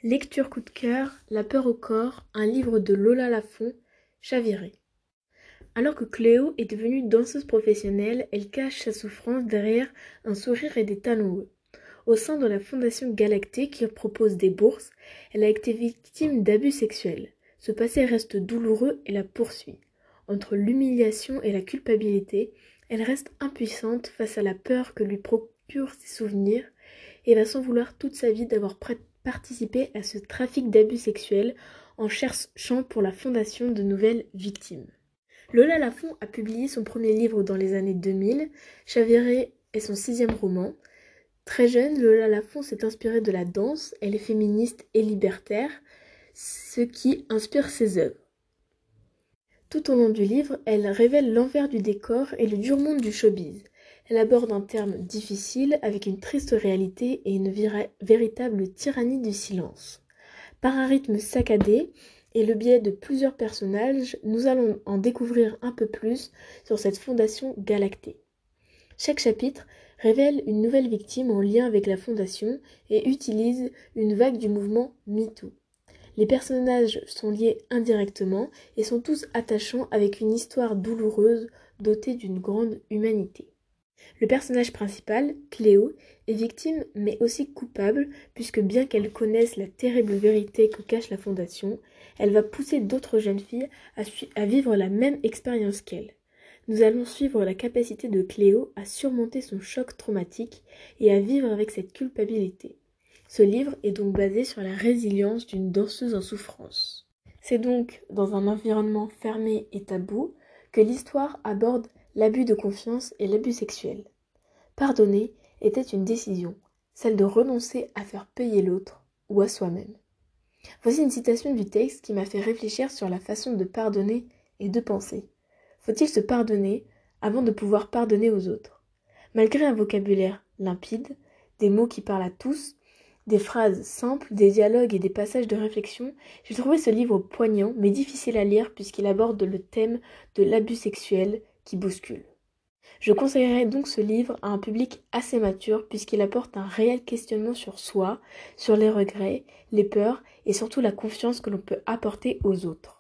Lecture coup de cœur, La peur au corps, un livre de Lola Lafont, Chaviré. Alors que Cléo est devenue danseuse professionnelle, elle cache sa souffrance derrière un sourire et des talons hauts. Au sein de la Fondation Galactique qui propose des bourses, elle a été victime d'abus sexuels. Ce passé reste douloureux et la poursuit. Entre l'humiliation et la culpabilité, elle reste impuissante face à la peur que lui procurent ses souvenirs et va s'en vouloir toute sa vie d'avoir participé à ce trafic d'abus sexuels en cherchant pour la fondation de nouvelles victimes. Lola Lafont a publié son premier livre dans les années 2000, Chaviré est son 6e roman. Très jeune, Lola Lafont s'est inspirée de la danse, elle est féministe et libertaire, ce qui inspire ses œuvres. Tout au long du livre, elle révèle l'envers du décor et le dur monde du showbiz. Elle aborde un terme difficile avec une triste réalité et une véritable tyrannie du silence. Par un rythme saccadé et le biais de plusieurs personnages, nous allons en découvrir un peu plus sur cette fondation galactée. Chaque chapitre révèle une nouvelle victime en lien avec la fondation et utilise une vague du mouvement MeToo. Les personnages sont liés indirectement et sont tous attachants avec une histoire douloureuse dotée d'une grande humanité. Le personnage principal, Cléo, est victime mais aussi coupable puisque bien qu'elle connaisse la terrible vérité que cache la fondation, elle va pousser d'autres jeunes filles à vivre la même expérience qu'elle. Nous allons suivre la capacité de Cléo à surmonter son choc traumatique et à vivre avec cette culpabilité. Ce livre est donc basé sur la résilience d'une danseuse en souffrance. C'est donc dans un environnement fermé et tabou que l'histoire aborde l'abus de confiance et l'abus sexuel. Pardonner était une décision, celle de renoncer à faire payer l'autre ou à soi-même. Voici une citation du texte qui m'a fait réfléchir sur la façon de pardonner et de penser. Faut-il se pardonner avant de pouvoir pardonner aux autres ? Malgré un vocabulaire limpide, des mots qui parlent à tous, des phrases simples, des dialogues et des passages de réflexion, j'ai trouvé ce livre poignant mais difficile à lire puisqu'il aborde le thème de l'abus sexuel qui bouscule. Je conseillerais donc ce livre à un public assez mature puisqu'il apporte un réel questionnement sur soi, sur les regrets, les peurs et surtout la confiance que l'on peut apporter aux autres.